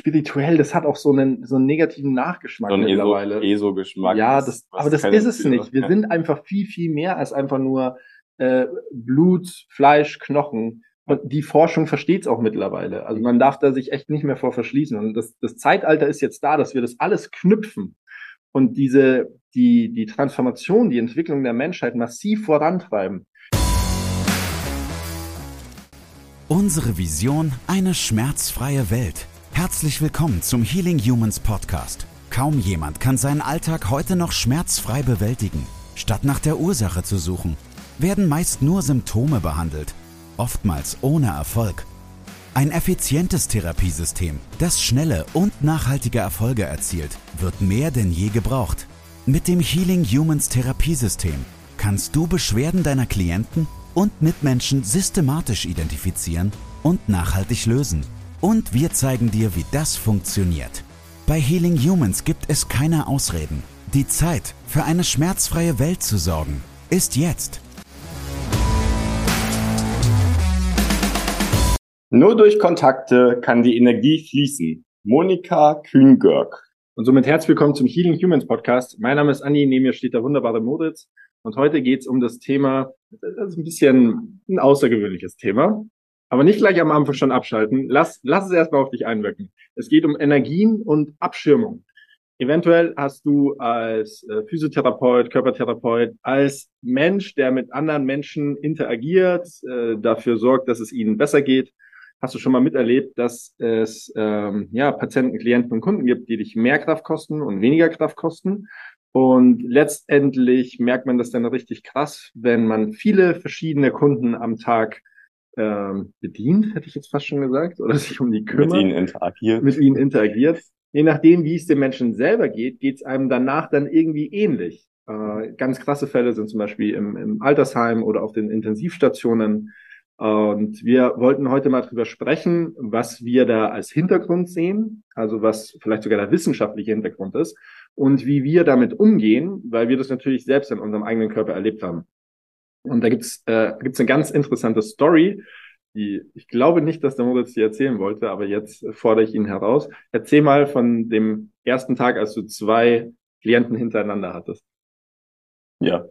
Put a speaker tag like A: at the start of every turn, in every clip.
A: spirituell, das hat auch so einen negativen Nachgeschmack
B: So ein
A: mittlerweile.
B: ESO-Geschmack.
A: Ja, aber das
B: keine
A: ist es
B: Tiere.
A: nicht. Wir
B: Ja.
A: sind einfach viel, viel mehr als einfach nur Blut, Fleisch, Knochen. Und die Forschung versteht es auch mittlerweile. Also man darf da sich echt nicht mehr vor verschließen. Und das Zeitalter ist jetzt da, dass wir das alles knüpfen und die Transformation, die Entwicklung der Menschheit massiv vorantreiben.
C: Unsere Vision: eine schmerzfreie Welt. Herzlich willkommen zum Healing Humans Podcast. Kaum jemand kann seinen Alltag heute noch schmerzfrei bewältigen. Statt nach der Ursache zu suchen, werden meist nur Symptome behandelt, oftmals ohne Erfolg. Ein effizientes Therapiesystem, das schnelle und nachhaltige Erfolge erzielt, wird mehr denn je gebraucht. Mit dem Healing Humans Therapiesystem kannst du Beschwerden deiner Klienten und Mitmenschen systematisch identifizieren und nachhaltig lösen. Und wir zeigen dir, wie das funktioniert. Bei Healing Humans gibt es keine Ausreden. Die Zeit, für eine schmerzfreie Welt zu sorgen, ist jetzt.
B: Nur durch Kontakte kann die Energie fließen. Monika Kühn-Görg.
A: Und somit herzlich willkommen zum Healing Humans Podcast. Mein Name ist Andi, neben mir steht der wunderbare Moritz. Und heute geht es um das Thema, das ist ein bisschen ein außergewöhnliches Thema, aber nicht gleich am Anfang schon abschalten. Lass es erstmal auf dich einwirken. Es geht um Energien und Abschirmung. Eventuell hast du als Physiotherapeut, Körpertherapeut, als Mensch, der mit anderen Menschen interagiert, dafür sorgt, dass es ihnen besser geht, hast du schon mal miterlebt, dass es Patienten, Klienten und Kunden gibt, die dich mehr Kraft kosten und weniger Kraft kosten. Und letztendlich merkt man das dann richtig krass, wenn man viele verschiedene Kunden am Tag bedient, hätte ich jetzt fast schon gesagt, oder sich um die kümmert. Mit ihnen interagiert. Je nachdem, wie es dem Menschen selber geht, es einem danach dann irgendwie ähnlich. Ganz krasse Fälle sind zum Beispiel im Altersheim oder auf den Intensivstationen. Und wir wollten heute mal drüber sprechen, was wir da als Hintergrund sehen, also was vielleicht sogar der wissenschaftliche Hintergrund ist und wie wir damit umgehen, weil wir das natürlich selbst in unserem eigenen Körper erlebt haben. Und da gibt's eine ganz interessante Story, die ich glaube nicht, dass der Moritz die erzählen wollte, aber jetzt fordere ich ihn heraus. Erzähl mal von dem ersten Tag, als du 2 Klienten hintereinander hattest.
B: Ja.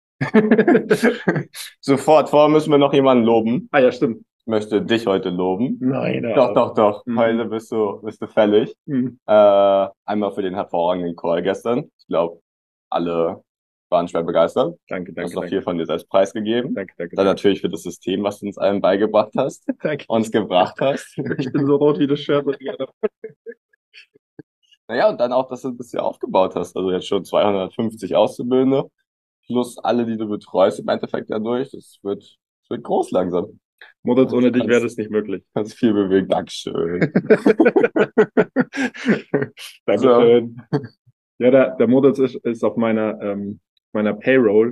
B: Sofort, vorher müssen wir noch jemanden loben.
A: Ah ja, stimmt.
B: Ich möchte dich heute loben.
A: Nein.
B: Doch. Heute bist du fällig. Einmal für den hervorragenden Call gestern. Ich glaube, alle waren schwer begeistert.
A: Danke.
B: Du hast auch viel von dir selbst preisgegeben.
A: Danke.
B: Dann natürlich für das System, was du uns allen beigebracht hast.
A: Danke.
B: Uns gebracht hast.
A: Ich bin so rot wie das Shirt.
B: Naja, und dann auch, dass du das hier aufgebaut hast. Also jetzt schon 250 Auszubildende. Plus alle, die du betreust, im Endeffekt dadurch. Das wird groß langsam.
A: Moritz, ohne dich wäre das nicht möglich.
B: Kannst viel bewegen. Dankeschön.
A: Dankeschön. So. Ja, der Moritz ist auf meiner Payroll.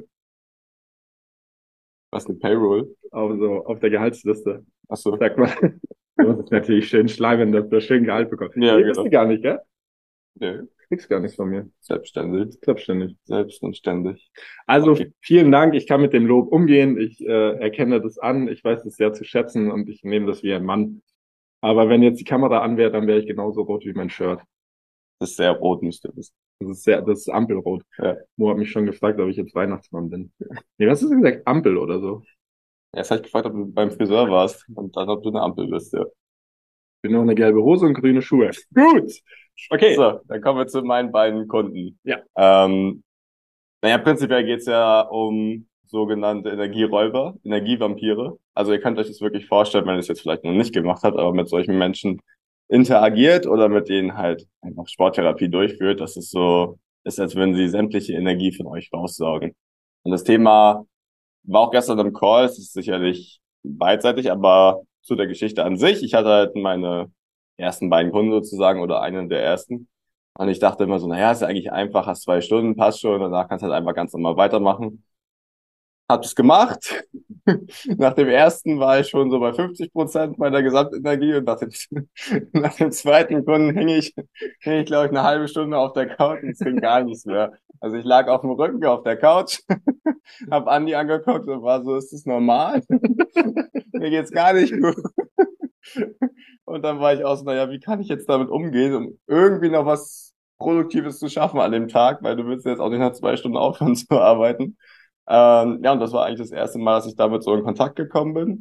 B: Was ist eine Payroll?
A: Also auf der Gehaltsliste.
B: Ach so.
A: Sag mal, das ist natürlich schön schleimen, dass du schön Gehalt bekommst.
B: Ja,
A: genau. Du gar nicht, gell?
B: Nee.
A: Kriegst gar nichts von mir.
B: Selbst und ständig.
A: Also
B: okay.
A: Vielen Dank. Ich kann mit dem Lob umgehen. Ich erkenne das an. Ich weiß es sehr zu schätzen und ich nehme das wie ein Mann. Aber wenn jetzt die Kamera an wäre, dann wäre ich genauso rot wie mein Shirt.
B: Das ist sehr rot, müsst ihr wissen.
A: Das ist Ampelrot.
B: Ja.
A: Mo hat mich schon gefragt, ob ich jetzt Weihnachtsmann bin. Nee, was hast du gesagt? Ampel oder so?
B: Er hat halt gefragt, ob du beim Friseur warst und dann, ob du eine Ampel bist, ja.
A: Ich bin noch eine gelbe Hose und grüne Schuhe. Gut!
B: Okay. So, dann kommen wir zu meinen beiden Kunden.
A: Ja.
B: Prinzipiell geht's ja um sogenannte Energieräuber, Energievampire. Also ihr könnt euch das wirklich vorstellen, wenn ihr es jetzt vielleicht noch nicht gemacht habt, aber mit solchen Menschen interagiert oder mit denen halt einfach Sporttherapie durchführt, dass es so ist, als würden sie sämtliche Energie von euch raussaugen. Und das Thema war auch gestern im Call, es ist sicherlich beidseitig, aber zu der Geschichte an sich, ich hatte halt meine ersten beiden Kunden sozusagen oder einen der ersten und ich dachte immer so, naja, ist ja eigentlich einfach, hast 2 Stunden, passt schon, danach kannst du halt einfach ganz normal weitermachen. Hab es gemacht. Nach dem ersten war ich schon so bei 50% meiner Gesamtenergie und nach dem zweiten Kunden hing ich glaube ich eine halbe Stunde auf der Couch und es ging gar nichts mehr. Also ich lag auf dem Rücken auf der Couch, hab Andi angeguckt und war so, ist das normal? Mir geht's gar nicht gut. Und dann war ich auch so, naja, wie kann ich jetzt damit umgehen, um irgendwie noch was Produktives zu schaffen an dem Tag, weil du willst jetzt auch nicht nach 2 Stunden aufhören zu arbeiten. Ja, und das war eigentlich das erste Mal, dass ich damit so in Kontakt gekommen bin.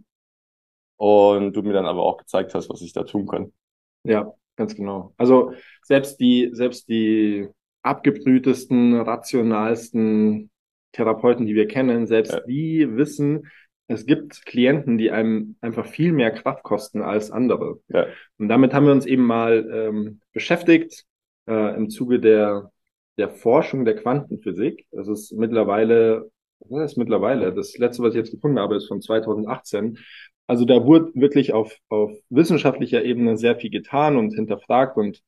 B: Und du mir dann aber auch gezeigt hast, was ich da tun kann.
A: Ja, ganz genau. Also selbst die abgebrühtesten, rationalsten Therapeuten, die wir kennen, selbst
B: Ja,
A: die wissen, es gibt Klienten, die einem einfach viel mehr Kraft kosten als andere.
B: ja.
A: Und damit haben wir uns eben mal beschäftigt im Zuge der Forschung der Quantenphysik. Das ist mittlerweile, was ist mittlerweile? Das letzte, was ich jetzt gefunden habe, ist von 2018. Also da wurde wirklich auf wissenschaftlicher Ebene sehr viel getan und hinterfragt und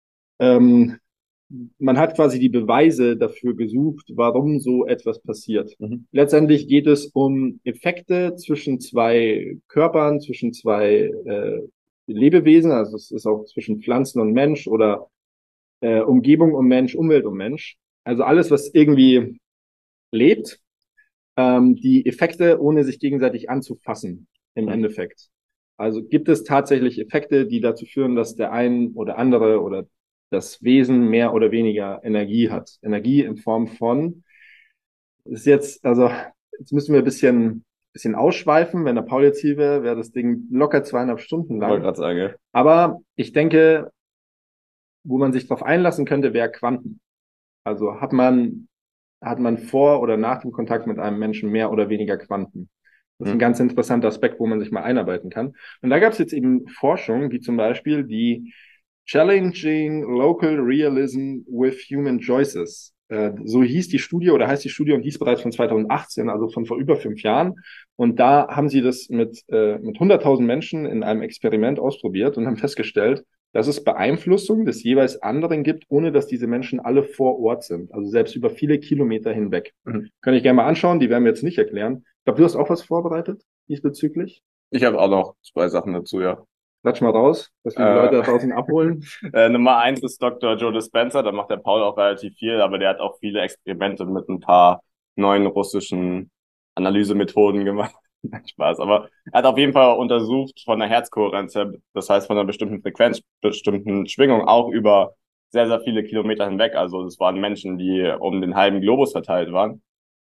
A: ähm, man hat quasi die Beweise dafür gesucht, warum so etwas passiert.
B: Mhm.
A: Letztendlich geht es um Effekte zwischen zwei Körpern, zwischen zwei Lebewesen, also es ist auch zwischen Pflanzen und Mensch oder Umgebung und Mensch, Umwelt und Mensch. Also alles, was irgendwie lebt, die Effekte, ohne sich gegenseitig anzufassen, im
B: Mhm.
A: Endeffekt. Also gibt es tatsächlich Effekte, die dazu führen, dass der ein oder andere oder das Wesen mehr oder weniger Energie hat. Energie in Form von, ist jetzt, also jetzt müssen wir ein bisschen ausschweifen. Wenn der Paul jetzt hier wäre das Ding locker 2,5 Stunden
B: Ich wollte
A: lang.
B: gerade sagen, ja.
A: Aber ich denke, wo man sich darauf einlassen könnte, wäre Quanten. Also hat man vor oder nach dem Kontakt mit einem Menschen mehr oder weniger Quanten. Das ist ein
B: Mhm.
A: ganz interessanter Aspekt, wo man sich mal einarbeiten kann. Und da gab es jetzt eben Forschung, wie zum Beispiel die Challenging Local Realism with Human Choices. So hieß die Studie oder heißt die Studie und hieß bereits von 2018, also von vor über 5 Jahren. Und da haben sie das mit 100.000 Menschen in einem Experiment ausprobiert und haben festgestellt, dass es Beeinflussung des jeweils anderen gibt, ohne dass diese Menschen alle vor Ort sind. Also selbst über viele Kilometer hinweg.
B: Mhm.
A: Kann ich gerne mal anschauen, die werden wir jetzt nicht erklären. Ich glaube, du hast auch was vorbereitet diesbezüglich.
B: Ich habe auch noch 2 Sachen dazu, ja.
A: Quatsch mal raus, dass wir die Leute da draußen abholen.
B: Nummer 1 ist Dr. Joe Dispenza, da macht der Paul auch relativ viel, aber der hat auch viele Experimente mit ein paar neuen russischen Analysemethoden gemacht. Nein, Spaß, aber er hat auf jeden Fall untersucht von der Herzkohärenz her, das heißt von einer bestimmten Frequenz, bestimmten Schwingung, auch über sehr, sehr viele Kilometer hinweg. Also das waren Menschen, die um den halben Globus verteilt waren.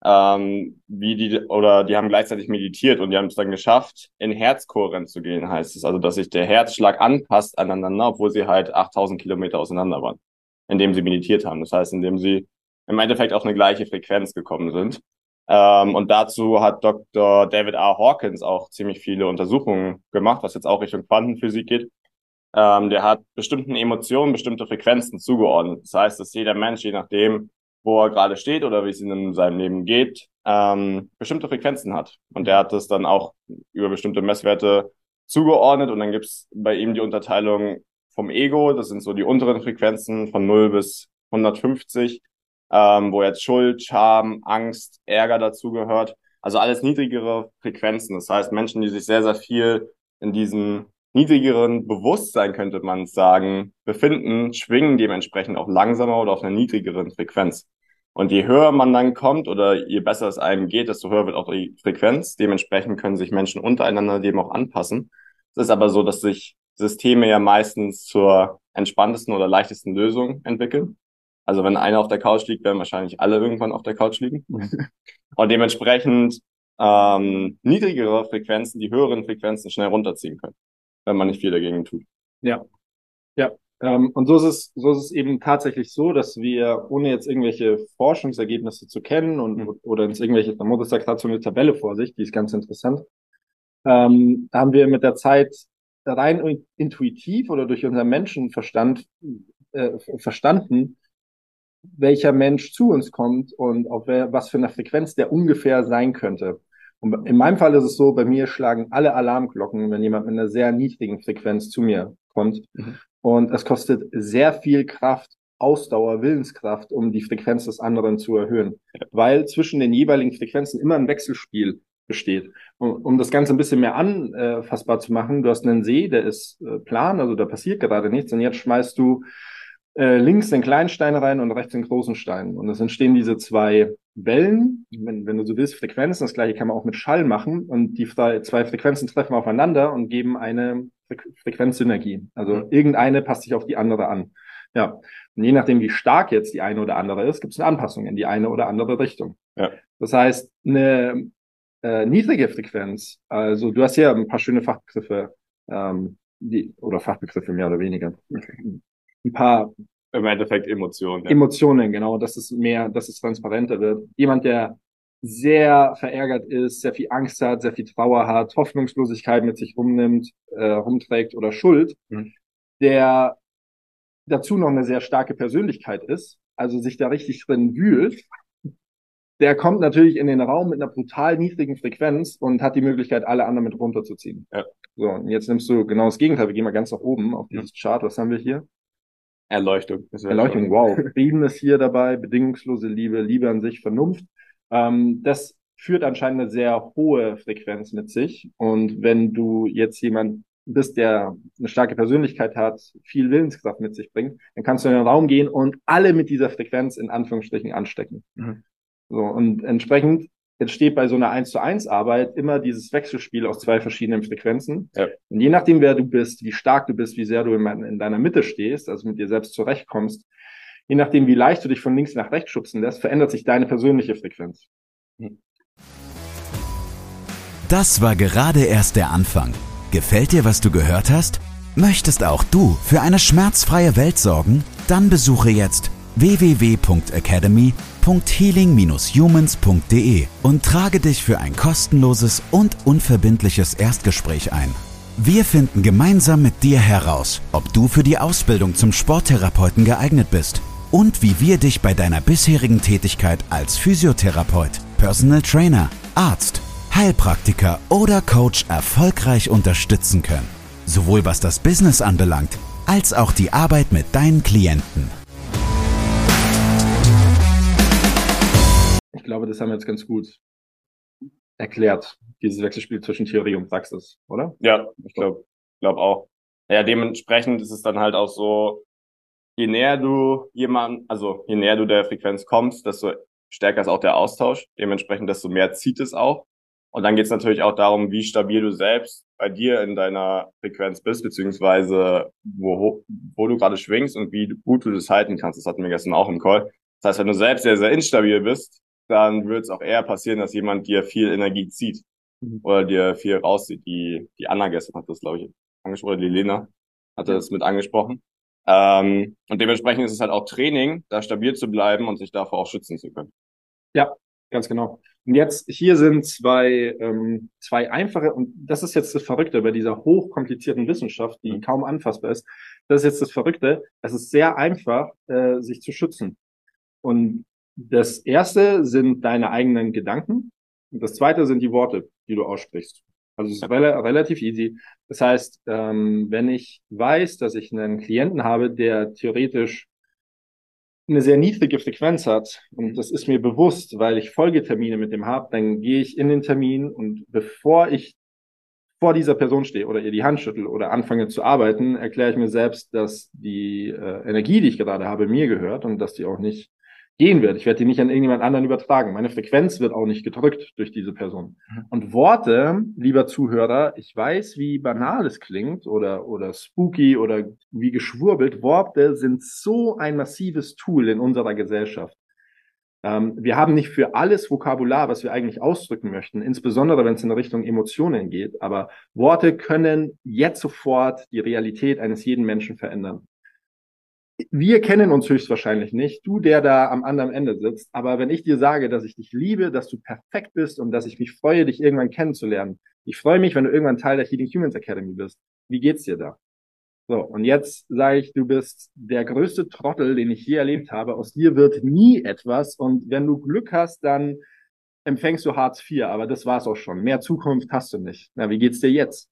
B: Die haben gleichzeitig meditiert und die haben es dann geschafft, in Herzkohärenz zu gehen, heißt es. Also, dass sich der Herzschlag anpasst aneinander, obwohl sie halt 8.000 Kilometer auseinander waren, indem sie meditiert haben. Das heißt, indem sie im Endeffekt auf eine gleiche Frequenz gekommen sind. Und dazu hat Dr. David R. Hawkins auch ziemlich viele Untersuchungen gemacht, was jetzt auch Richtung Quantenphysik geht. Der hat bestimmten Emotionen bestimmte Frequenzen zugeordnet. Das heißt, dass jeder Mensch, je nachdem, wo er gerade steht oder wie es ihm in seinem Leben geht, bestimmte Frequenzen hat. Und der hat das dann auch über bestimmte Messwerte zugeordnet. Und dann gibt's bei ihm die Unterteilung vom Ego, das sind so die unteren Frequenzen von 0 bis 150, wo jetzt Schuld, Scham, Angst, Ärger dazugehört. Also alles niedrigere Frequenzen. Das heißt, Menschen, die sich sehr, sehr viel in diesem niedrigeren Bewusstsein, könnte man sagen, befinden, schwingen dementsprechend auch langsamer oder auf einer niedrigeren Frequenz. Und je höher man dann kommt oder je besser es einem geht, desto höher wird auch die Frequenz. Dementsprechend können sich Menschen untereinander dem auch anpassen. Es ist aber so, dass sich Systeme ja meistens zur entspanntesten oder leichtesten Lösung entwickeln. Also wenn einer auf der Couch liegt, werden wahrscheinlich alle irgendwann auf der Couch liegen. Und dementsprechend niedrigere Frequenzen, die höheren Frequenzen schnell runterziehen können, wenn man nicht viel dagegen tut.
A: Ja, ja. Und so ist es eben tatsächlich so, dass wir, ohne jetzt irgendwelche Forschungsergebnisse zu kennen oder ins irgendwelche, der Modus sagt, hat so eine Tabelle vor sich, die ist ganz interessant, haben wir mit der Zeit rein intuitiv oder durch unseren Menschenverstand verstanden, welcher Mensch zu uns kommt und auf was für eine Frequenz der ungefähr sein könnte. Und in meinem Fall ist es so, bei mir schlagen alle Alarmglocken, wenn jemand mit einer sehr niedrigen Frequenz zu mir kommt.
B: Mhm.
A: Und es kostet sehr viel Kraft, Ausdauer, Willenskraft, um die Frequenz des anderen zu erhöhen. Weil zwischen den jeweiligen Frequenzen immer ein Wechselspiel besteht. Um das Ganze ein bisschen mehr anfassbar zu machen, du hast einen See, der ist plan, also da passiert gerade nichts. Und jetzt schmeißt du links den kleinen Stein rein und rechts den großen Stein. Und es entstehen diese zwei Wellen, wenn du so willst, Frequenzen. Das gleiche kann man auch mit Schall machen. Und die zwei Frequenzen treffen aufeinander und geben eine Frequenzsynergie. Also irgendeine passt sich auf die andere an. Ja. Und je nachdem, wie stark jetzt die eine oder andere ist, gibt es eine Anpassung in die eine oder andere Richtung.
B: Ja.
A: Das heißt, eine niedrige Frequenz, also du hast ja ein paar schöne Fachbegriffe, oder Fachbegriffe mehr oder weniger. Ein paar
B: Im Endeffekt Emotionen. Ja.
A: Emotionen, genau, dass es transparenter wird. Jemand, der sehr verärgert ist, sehr viel Angst hat, sehr viel Trauer hat, Hoffnungslosigkeit mit sich rumträgt oder Schuld, der dazu noch eine sehr starke Persönlichkeit ist, also sich da richtig drin wühlt, der kommt natürlich in den Raum mit einer brutal niedrigen Frequenz und hat die Möglichkeit, alle anderen mit runterzuziehen.
B: Ja.
A: So, und jetzt nimmst du genau das Gegenteil. Wir gehen mal ganz nach oben auf dieses Chart. Was haben wir hier?
B: Erleuchtung.
A: Erleuchtung, wow. Frieden ist hier dabei, bedingungslose Liebe, Liebe an sich, Vernunft. Das führt anscheinend eine sehr hohe Frequenz mit sich. Und wenn du jetzt jemand bist, der eine starke Persönlichkeit hat, viel Willenskraft mit sich bringt, dann kannst du in den Raum gehen und alle mit dieser Frequenz in Anführungsstrichen anstecken. So, und entsprechend entsteht bei so einer 1:1 Arbeit immer dieses Wechselspiel aus zwei verschiedenen Frequenzen.
B: Ja.
A: Und je nachdem, wer du bist, wie stark du bist, wie sehr du in deiner Mitte stehst, also mit dir selbst zurechtkommst, je nachdem, wie leicht du dich von links nach rechts schubsen lässt, verändert sich deine persönliche Frequenz.
C: Das war gerade erst der Anfang. Gefällt dir, was du gehört hast? Möchtest auch du für eine schmerzfreie Welt sorgen? Dann besuche jetzt www.academy.healing-humans.de und trage dich für ein kostenloses und unverbindliches Erstgespräch ein. Wir finden gemeinsam mit dir heraus, ob du für die Ausbildung zum Sporttherapeuten geeignet bist und wie wir dich bei deiner bisherigen Tätigkeit als Physiotherapeut, Personal Trainer, Arzt, Heilpraktiker oder Coach erfolgreich unterstützen können. Sowohl was das Business anbelangt, als auch die Arbeit mit deinen Klienten.
A: Ich glaube, das haben wir jetzt ganz gut erklärt, dieses Wechselspiel zwischen Theorie und Praxis, oder?
B: Ja, ich glaube auch. Ja, dementsprechend ist es dann halt auch so, je näher du der Frequenz kommst, desto stärker ist auch der Austausch. Dementsprechend, desto mehr zieht es auch. Und dann geht es natürlich auch darum, wie stabil du selbst bei dir in deiner Frequenz bist, beziehungsweise wo du gerade schwingst und wie gut du das halten kannst. Das hatten wir gestern auch im Call. Das heißt, wenn du selbst sehr, sehr instabil bist, dann wird es auch eher passieren, dass jemand dir viel Energie zieht oder dir viel rauszieht. Die Anna gestern hat das, glaube ich, angesprochen, die Lena hatte das mit angesprochen. Und dementsprechend ist es halt auch Training, da stabil zu bleiben und sich davor auch schützen zu können.
A: Ja, ganz genau. Und jetzt, hier sind zwei einfache, und das ist jetzt das Verrückte bei dieser hochkomplizierten Wissenschaft, die kaum anfassbar ist. Das ist jetzt das Verrückte. Es ist sehr einfach, sich zu schützen. Und das erste sind deine eigenen Gedanken. Und das zweite sind die Worte, die du aussprichst. Also es ist relativ easy. Das heißt, wenn ich weiß, dass ich einen Klienten habe, der theoretisch eine sehr niedrige Frequenz hat, und das ist mir bewusst, weil ich Folgetermine mit dem habe, dann gehe ich in den Termin und bevor ich vor dieser Person stehe oder ihr die Hand schüttel oder anfange zu arbeiten, erkläre ich mir selbst, dass die Energie, die ich gerade habe, mir gehört und dass die auch nicht gehen wird. Ich werde die nicht an irgendjemand anderen übertragen. Meine Frequenz wird auch nicht gedrückt durch diese Person. Und Worte, lieber Zuhörer, ich weiß, wie banal es klingt oder spooky oder wie geschwurbelt. Worte sind so ein massives Tool in unserer Gesellschaft. Wir haben nicht für alles Vokabular, was wir eigentlich ausdrücken möchten, insbesondere wenn es in Richtung Emotionen geht. Aber Worte können jetzt sofort die Realität eines jeden Menschen verändern. Wir kennen uns höchstwahrscheinlich nicht, du, der da am anderen Ende sitzt, aber wenn ich dir sage, dass ich dich liebe, dass du perfekt bist und dass ich mich freue, dich irgendwann kennenzulernen, ich freue mich, wenn du irgendwann Teil der Healing Humans Academy bist. Wie geht's dir da? So, und jetzt sage ich, du bist der größte Trottel, den ich je erlebt habe. Aus dir wird nie etwas und wenn du Glück hast, dann empfängst du Hartz IV, aber das war's auch schon. Mehr Zukunft hast du nicht. Na, wie geht's dir jetzt?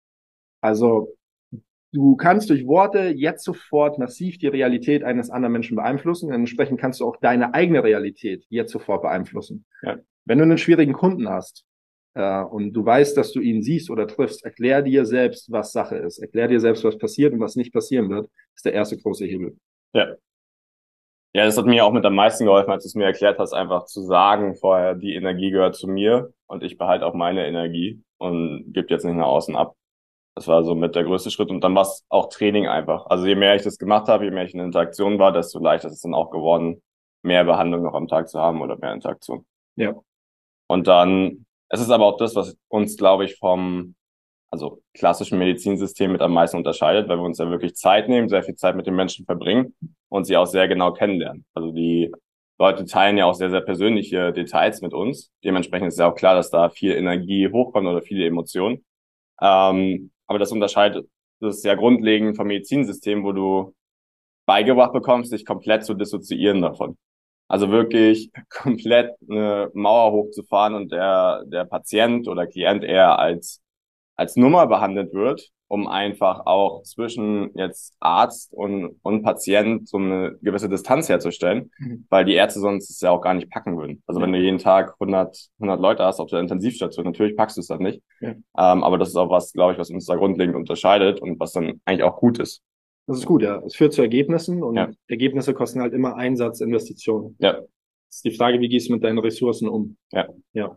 A: Also, du kannst durch Worte jetzt sofort massiv die Realität eines anderen Menschen beeinflussen. Entsprechend kannst du auch deine eigene Realität jetzt sofort beeinflussen. Ja. Wenn du einen schwierigen Kunden hast und du weißt, dass du ihn siehst oder triffst, erklär dir selbst, was Sache ist. Erklär dir selbst, was passiert und was nicht passieren wird. Das ist der erste große Hebel.
B: Ja. Ja, das hat mir auch mit am meisten geholfen, als du es mir erklärt hast, einfach zu sagen vorher, die Energie gehört zu mir und ich behalte auch meine Energie und gebe jetzt nicht nach außen ab. Das war so mit der größte Schritt und dann war es auch Training einfach. Also je mehr ich das gemacht habe, je mehr ich in Interaktion war, desto leichter ist es dann auch geworden, mehr Behandlung noch am Tag zu haben oder mehr Interaktion.
A: Ja.
B: Und dann, es ist aber auch das, was uns, glaube ich, vom klassischen Medizinsystem mit am meisten unterscheidet, weil wir uns ja wirklich Zeit nehmen, sehr viel Zeit mit den Menschen verbringen und sie auch sehr genau kennenlernen. Also die Leute teilen ja auch sehr, sehr persönliche Details mit uns. Dementsprechend ist ja auch klar, dass da viel Energie hochkommt oder viele Emotionen. Aber das unterscheidet, das ist ja grundlegend vom Medizinsystem, wo du beigebracht bekommst, dich komplett zu dissoziieren davon. Also wirklich komplett eine Mauer hochzufahren und der Patient oder Klient eher als Nummer behandelt wird, um einfach auch zwischen jetzt Arzt und Patient so eine gewisse Distanz herzustellen, weil die Ärzte sonst es ja auch gar nicht packen würden. Also wenn du jeden Tag 100 Leute hast auf der Intensivstation, natürlich packst du es dann nicht.
A: Ja.
B: Aber das ist auch was, glaube ich, was uns da grundlegend unterscheidet und was dann eigentlich auch gut ist.
A: Das ist gut, ja. Es führt zu Ergebnissen und
B: Ja.
A: Ergebnisse kosten halt immer Einsatz, Investitionen.
B: Ja.
A: Das ist die Frage, wie gehst du mit deinen Ressourcen um?
B: Ja.
A: Ja.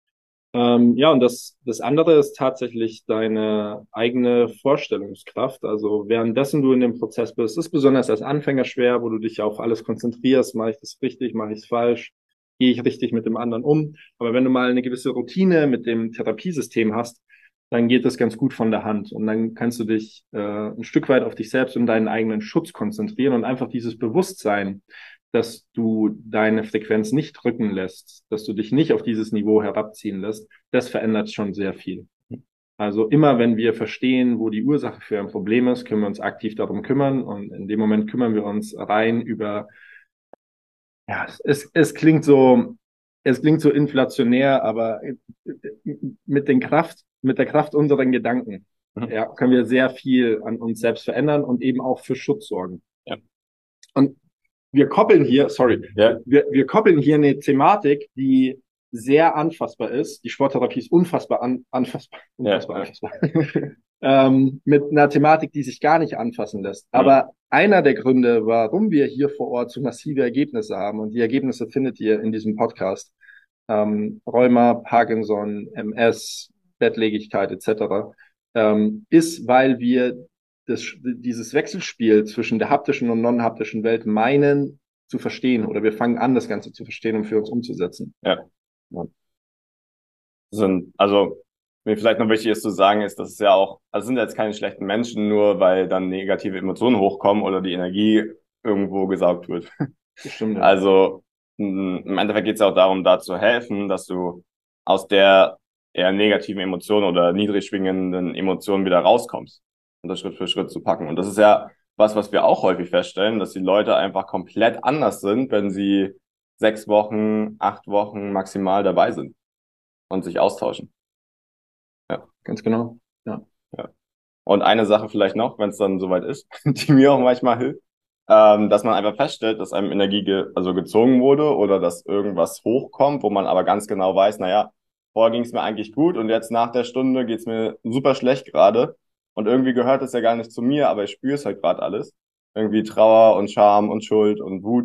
A: Ja, und das andere ist tatsächlich deine eigene Vorstellungskraft. Also währenddessen du in dem Prozess bist, ist besonders als Anfänger schwer, wo du dich auf alles konzentrierst. Mache ich das richtig? Mache ich es falsch? Gehe ich richtig mit dem anderen um? Aber wenn du mal eine gewisse Routine mit dem Therapiesystem hast, dann geht das ganz gut von der Hand. Und dann kannst du dich ein Stück weit auf dich selbst und deinen eigenen Schutz konzentrieren und einfach dieses Bewusstsein, dass du deine Frequenz nicht drücken lässt, dass du dich nicht auf dieses Niveau herabziehen lässt, das verändert schon sehr viel. Also immer, wenn wir verstehen, wo die Ursache für ein Problem ist, können wir uns aktiv darum kümmern und in dem Moment kümmern wir uns rein über, ja, es klingt so inflationär, aber mit der Kraft unserer Gedanken, ja, können wir sehr viel an uns selbst verändern und eben auch für Schutz sorgen.
B: Ja.
A: Und wir koppeln hier eine Thematik, die sehr anfassbar ist. Die Sporttherapie ist unfassbar anfassbar. Mit einer Thematik, die sich gar nicht anfassen lässt. Aber einer der Gründe, warum wir hier vor Ort so massive Ergebnisse haben, und die Ergebnisse findet ihr in diesem Podcast, Rheuma, Parkinson, MS, Bettlägerigkeit etc., ist, weil wir dieses Wechselspiel zwischen der haptischen und non-haptischen Welt meinen zu verstehen oder wir fangen an, das Ganze zu verstehen und für uns umzusetzen.
B: Ja. Also, mir vielleicht noch wichtig ist zu sagen, ist, dass es ja auch, also sind jetzt keine schlechten Menschen, nur weil dann negative Emotionen hochkommen oder die Energie irgendwo gesaugt wird.
A: Bestimmt. Ja.
B: Also im Endeffekt geht es ja auch darum, da zu helfen, dass du aus der eher negativen Emotion oder niedrig schwingenden Emotionen wieder rauskommst und das Schritt für Schritt zu packen. Und das ist ja was wir auch häufig feststellen, dass die Leute einfach komplett anders sind, wenn sie 6 Wochen, 8 Wochen maximal dabei sind und sich austauschen.
A: Ja, ganz genau. Ja.
B: Und eine Sache vielleicht noch, wenn es dann soweit ist, die mir auch manchmal hilft, dass man einfach feststellt, dass einem Energie gezogen wurde oder dass irgendwas hochkommt, wo man aber ganz genau weiß, naja, vorher ging es mir eigentlich gut und jetzt nach der Stunde geht's mir super schlecht gerade und irgendwie gehört es ja gar nicht zu mir, aber ich spüre es halt gerade alles. Irgendwie Trauer und Scham und Schuld und Wut.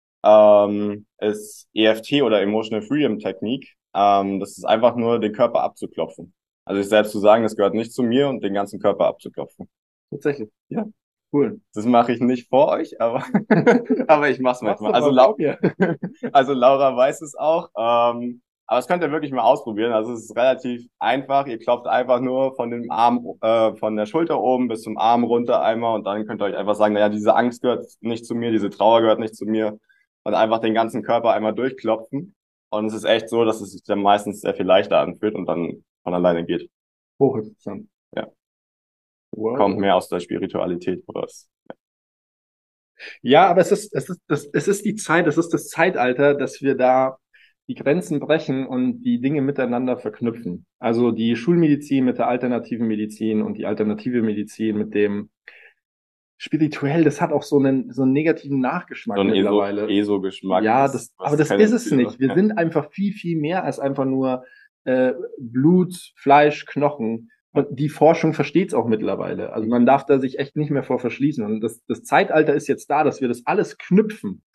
B: Ist EFT oder Emotional Freedom Technik. Das ist einfach nur, den Körper abzuklopfen. Also sich selbst zu sagen, das gehört nicht zu mir und den ganzen Körper abzuklopfen.
A: Tatsächlich. Ja. Cool.
B: Das mache ich nicht vor euch, aber, aber ich mache es manchmal. Also Laura weiß es auch. Aber das könnt ihr wirklich mal ausprobieren. Also es ist relativ einfach. Ihr klopft einfach nur von dem Arm, von der Schulter oben bis zum Arm runter einmal und dann könnt ihr euch einfach sagen, naja, diese Angst gehört nicht zu mir, diese Trauer gehört nicht zu mir und einfach den ganzen Körper einmal durchklopfen. Und es ist echt so, dass es sich dann meistens sehr viel leichter anfühlt und dann von alleine geht.
A: Hochinteressant.
B: Ja.
A: Wow.
B: Kommt mehr aus der Spiritualität raus.
A: Ja, aber es ist die Zeit, es ist das Zeitalter, dass wir da die Grenzen brechen und die Dinge miteinander verknüpfen. Also die Schulmedizin mit der alternativen Medizin und die alternative Medizin mit dem spirituell, das hat auch so einen negativen Nachgeschmack
B: so
A: mittlerweile.
B: ESO-Geschmack.
A: Ja, aber das ist es nicht. Wir sind einfach viel, viel mehr als einfach nur Blut, Fleisch, Knochen. Und die Forschung versteht es auch mittlerweile. Also man darf da sich echt nicht mehr vor verschließen. Und das Zeitalter ist jetzt da, dass wir das alles knüpfen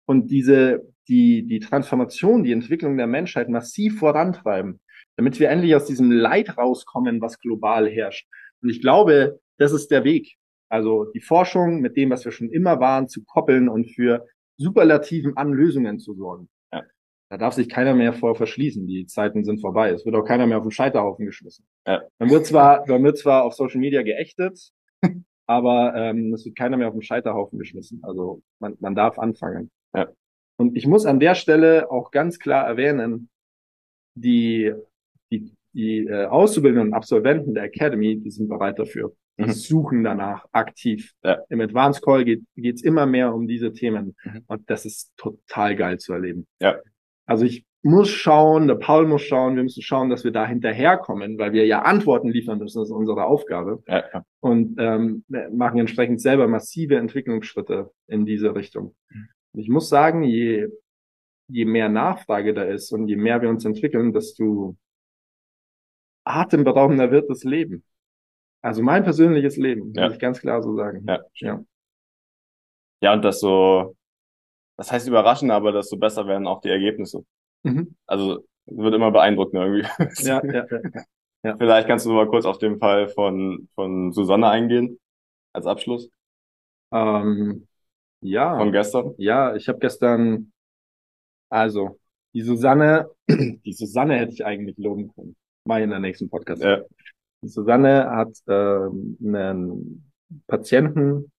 A: und die Transformation, die Entwicklung der Menschheit massiv vorantreiben, damit wir endlich aus diesem Leid rauskommen, was global herrscht. Und ich glaube, das ist der Weg. Also die Forschung mit dem, was wir schon immer waren, zu koppeln und für Superlativen an Lösungen zu sorgen.
B: Ja.
A: Da darf sich keiner mehr vor verschließen. Die Zeiten sind vorbei. Es wird auch keiner mehr auf den Scheiterhaufen geschmissen.
B: Ja.
A: Man wird zwar auf Social Media geächtet, aber es wird keiner mehr auf den Scheiterhaufen geschmissen. Also man darf anfangen.
B: Ja.
A: Und ich muss an der Stelle auch ganz klar erwähnen, die Auszubildenden und Absolventen der Academy, die sind bereit dafür. Die suchen danach aktiv.
B: Ja.
A: Im Advanced Call geht's immer mehr um diese Themen. Und das ist total geil zu erleben.
B: Ja.
A: Also ich muss schauen, der Paul muss schauen, wir müssen schauen, dass wir da hinterherkommen, weil wir ja Antworten liefern müssen, das ist unsere Aufgabe.
B: Ja.
A: Und machen entsprechend selber massive Entwicklungsschritte in diese Richtung. Und ich muss sagen, je mehr Nachfrage da ist und je mehr wir uns entwickeln, desto atemberaubender wird das Leben. Also mein persönliches Leben, muss ich ganz klar so sagen.
B: Ja, und das heißt überraschend, aber desto besser werden auch die Ergebnisse. Also wird immer beeindruckender irgendwie. Ja. Vielleicht kannst du mal kurz auf den Fall von Susanne eingehen, als Abschluss.
A: Von
B: gestern?
A: Ja, ich habe gestern, also die Susanne hätte ich eigentlich loben können. Mal in der nächsten Podcast.
B: Ja.
A: Die Susanne hat einen Patienten,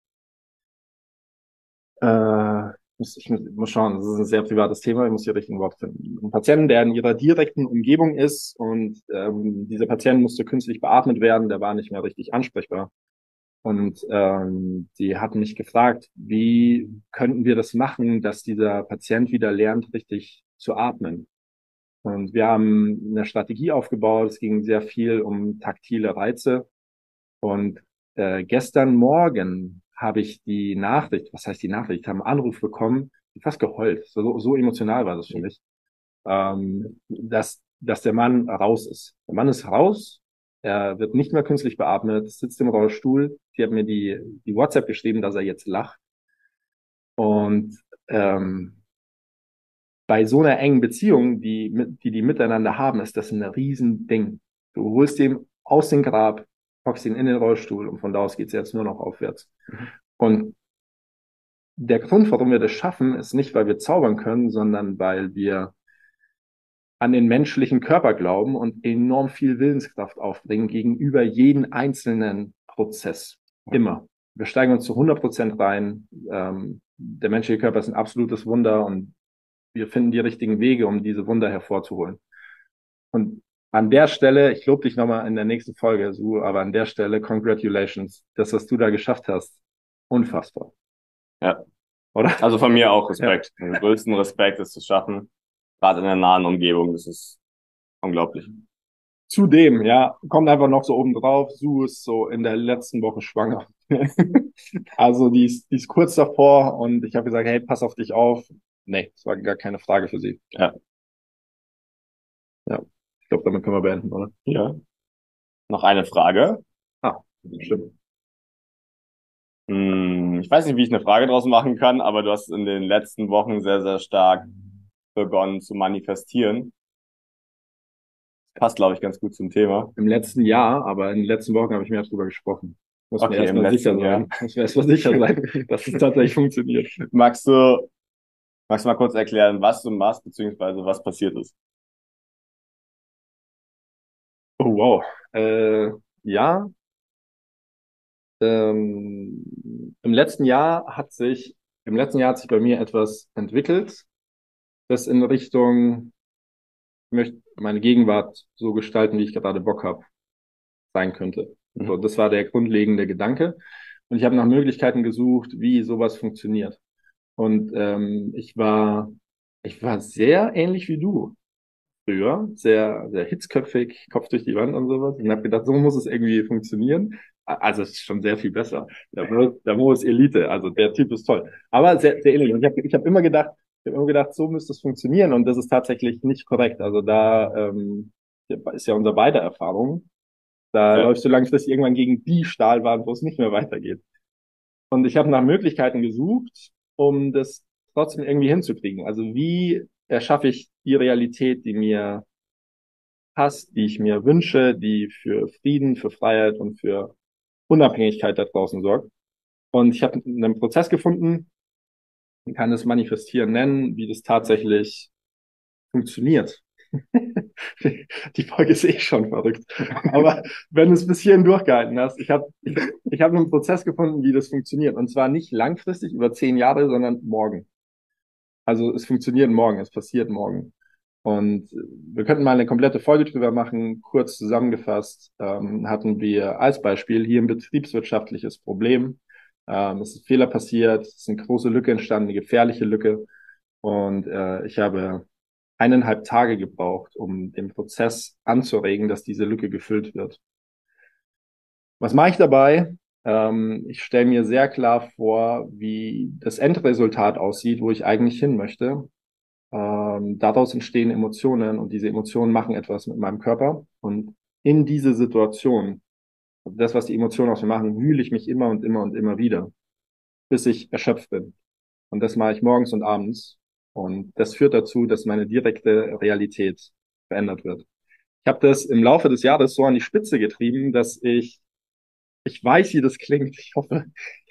A: ich muss schauen, das ist ein sehr privates Thema, ich muss hier richtig ein Wort finden. Ein Patienten, der in ihrer direkten Umgebung ist und dieser Patient musste künstlich beatmet werden, der war nicht mehr richtig ansprechbar. Und die hat mich gefragt, wie könnten wir das machen, dass dieser Patient wieder lernt, richtig zu atmen. Und wir haben eine Strategie aufgebaut, es ging sehr viel um taktile Reize. Und gestern Morgen habe ich die Nachricht, was heißt die Nachricht, habe einen Anruf bekommen, fast geheult, so emotional war das für mich, dass der Mann raus ist. Der Mann ist raus, er wird nicht mehr künstlich beatmet, sitzt im Rollstuhl. Sie hat mir die WhatsApp geschrieben, dass er jetzt lacht. Und bei so einer engen Beziehung, die miteinander haben, ist das ein Riesending. Du holst ihn aus dem Grab, packst ihn in den Rollstuhl und von da aus geht's jetzt nur noch aufwärts. Und der Grund, warum wir das schaffen, ist nicht, weil wir zaubern können, sondern weil wir an den menschlichen Körper glauben und enorm viel Willenskraft aufbringen gegenüber jeden einzelnen Prozess. Immer. Wir steigen uns zu 100% rein. Der menschliche Körper ist ein absolutes Wunder und wir finden die richtigen Wege, um diese Wunder hervorzuholen. Und an der Stelle, ich lobe dich nochmal in der nächsten Folge, Su, aber an der Stelle, congratulations. Das, was du da geschafft hast, unfassbar.
B: Ja.
A: Oder?
B: Also von mir auch Respekt. Den größten Respekt, es zu schaffen. Gerade in der nahen Umgebung, das ist unglaublich.
A: Zudem, ja, kommt einfach noch so oben drauf, Su ist so in der letzten Woche schwanger. Also die ist kurz davor und ich habe gesagt, hey, pass auf dich auf. Nee, das war gar keine Frage für sie.
B: Ja.
A: Ja, ich glaube, damit können wir beenden, oder?
B: Ja. Noch eine Frage.
A: Stimmt.
B: Ich weiß nicht, wie ich eine Frage draus machen kann, aber du hast in den letzten Wochen sehr, sehr stark begonnen zu manifestieren. Passt, glaube ich, ganz gut zum Thema.
A: Im letzten Jahr, aber in den letzten Wochen habe ich mehr darüber gesprochen. Muss
B: Okay,
A: mir erstmal sicher sein. Muss mir erstmal sicher sein, dass es tatsächlich funktioniert.
B: Magst du mal kurz erklären, was du machst, beziehungsweise was passiert ist?
A: Oh, wow. Ja. Im letzten Jahr hat sich bei mir etwas entwickelt, das in Richtung, ich möchte meine Gegenwart so gestalten, wie ich gerade Bock habe, sein könnte. So, das war der grundlegende Gedanke. Und ich habe nach Möglichkeiten gesucht, wie sowas funktioniert. Und ich war sehr ähnlich wie du früher, sehr, sehr hitzköpfig, Kopf durch die Wand und sowas. Und habe gedacht, so muss es irgendwie funktionieren. Also es ist schon sehr viel besser. Der Mo ist Elite, also der Typ ist toll. Aber sehr, sehr ähnlich. Und ich hab immer gedacht, so müsste es funktionieren und das ist tatsächlich nicht korrekt. Also da ist ja unser beider Erfahrung. Da läufst du langfristig irgendwann gegen die Stahlwand, wo es nicht mehr weitergeht. Und ich habe nach Möglichkeiten gesucht, um das trotzdem irgendwie hinzukriegen. Also wie erschaffe ich die Realität, die mir passt, die ich mir wünsche, die für Frieden, für Freiheit und für Unabhängigkeit da draußen sorgt. Und ich habe einen Prozess gefunden, man kann es Manifestieren nennen, wie das tatsächlich funktioniert. Die Folge ist schon verrückt. Aber wenn du es bis hierhin durchgehalten hast, ich hab einen Prozess gefunden, wie das funktioniert. Und zwar nicht langfristig über 10 Jahre, sondern morgen. Also es funktioniert morgen, es passiert morgen. Und wir könnten mal eine komplette Folge drüber machen. Kurz zusammengefasst hatten wir als Beispiel hier ein betriebswirtschaftliches Problem. Es ist ein Fehler passiert, es ist eine große Lücke entstanden, eine gefährliche Lücke. Und ich habe 1,5 Tage gebraucht, um den Prozess anzuregen, dass diese Lücke gefüllt wird. Was mache ich dabei? Ich stelle mir sehr klar vor, wie das Endresultat aussieht, wo ich eigentlich hin möchte. Daraus entstehen Emotionen und diese Emotionen machen etwas mit meinem Körper. Und in diese Situation, das, was die Emotionen aus mir machen, wühle ich mich immer und immer und immer wieder, bis ich erschöpft bin. Und das mache ich morgens und abends. Und das führt dazu, dass meine direkte Realität verändert wird. Ich habe das im Laufe des Jahres so an die Spitze getrieben, dass ich weiß, wie das klingt. Ich hoffe,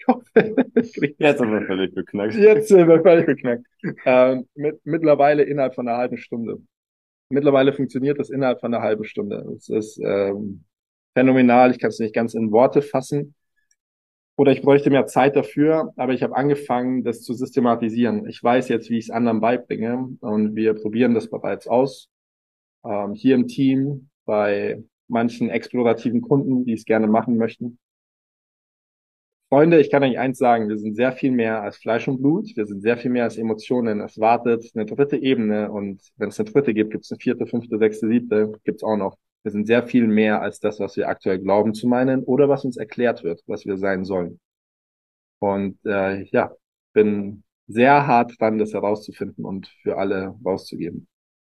B: Jetzt sind wir völlig beknackt.
A: Jetzt sind wir völlig beknackt. Mittlerweile innerhalb von einer halben Stunde. Mittlerweile funktioniert das innerhalb von einer halben Stunde. Es ist phänomenal. Ich kann es nicht ganz in Worte fassen. Oder ich bräuchte mehr Zeit dafür, aber ich habe angefangen, das zu systematisieren. Ich weiß jetzt, wie ich es anderen beibringe und wir probieren das bereits aus. Hier im Team, bei manchen explorativen Kunden, die es gerne machen möchten. Freunde, ich kann euch eins sagen, wir sind sehr viel mehr als Fleisch und Blut, wir sind sehr viel mehr als Emotionen. Es wartet eine dritte Ebene und wenn es eine dritte gibt, gibt es eine 4., 5., 6., 7., gibt's auch noch. Wir sind sehr viel mehr als das, was wir aktuell glauben zu meinen oder was uns erklärt wird, was wir sein sollen. Und bin sehr hart dran, das herauszufinden und für alle rauszugeben.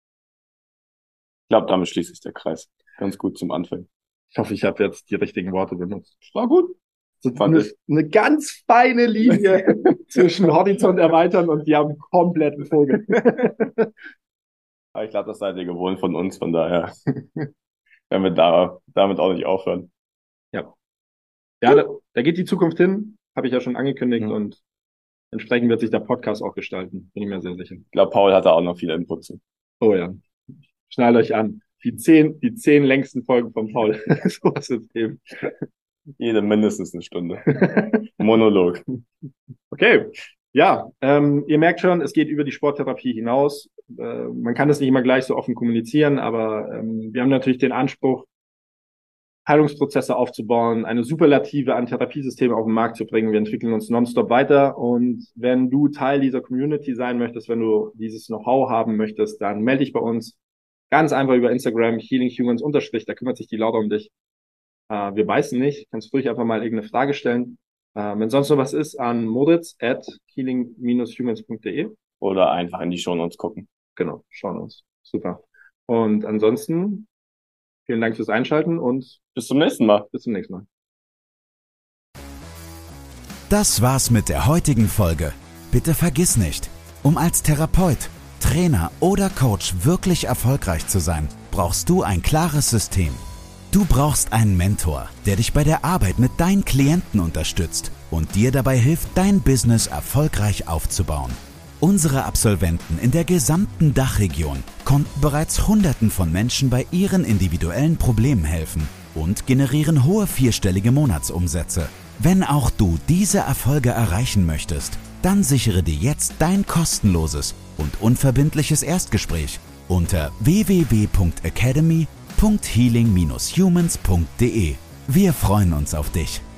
B: Ich glaube, damit schließt sich der Kreis. Ganz gut zum Anfang.
A: Ich hoffe, ich habe jetzt die richtigen Worte benutzt.
B: War gut.
A: Eine ganz feine Linie zwischen Horizont erweitern und die haben kompletten Vogel.
B: Aber ich glaube, das seid ihr gewohnt von uns, von daher werden wir damit auch nicht aufhören.
A: Ja, da geht die Zukunft hin, habe ich ja schon angekündigt und entsprechend wird sich der Podcast auch gestalten, bin ich mir sehr sicher.
B: Ich glaube, Paul hat da auch noch viele Inputs.
A: Oh ja, schnallt euch an. Die 10 längsten Folgen von Paul. Sowas wird's geben.
B: Jede mindestens eine Stunde. Monolog.
A: Okay, ja, ihr merkt schon, es geht über die Sporttherapie hinaus. Man kann das nicht immer gleich so offen kommunizieren, aber wir haben natürlich den Anspruch, Heilungsprozesse aufzubauen, eine Superlative an Therapiesysteme auf den Markt zu bringen. Wir entwickeln uns nonstop weiter und wenn du Teil dieser Community sein möchtest, wenn du dieses Know-how haben möchtest, dann melde dich bei uns. Ganz einfach über Instagram, healinghumans_, da kümmert sich die Laura um dich. Wir beißen nicht, kannst ruhig einfach mal irgendeine Frage stellen. Wenn sonst noch was ist, an moritz@healing-humans.de.
B: Oder einfach in die Shownotes gucken.
A: Genau, Shownotes. Super. Und ansonsten, vielen Dank fürs Einschalten und
B: bis zum nächsten Mal.
A: Bis zum nächsten Mal.
C: Das war's mit der heutigen Folge. Bitte vergiss nicht, um als Therapeut, Trainer oder Coach wirklich erfolgreich zu sein, brauchst du ein klares System. Du brauchst einen Mentor, der dich bei der Arbeit mit deinen Klienten unterstützt und dir dabei hilft, dein Business erfolgreich aufzubauen. Unsere Absolventen in der gesamten Dachregion konnten bereits Hunderten von Menschen bei ihren individuellen Problemen helfen und generieren hohe 4-stellige Monatsumsätze. Wenn auch du diese Erfolge erreichen möchtest, dann sichere dir jetzt dein kostenloses und unverbindliches Erstgespräch unter www.academy.healing-humans.de. Wir freuen uns auf dich.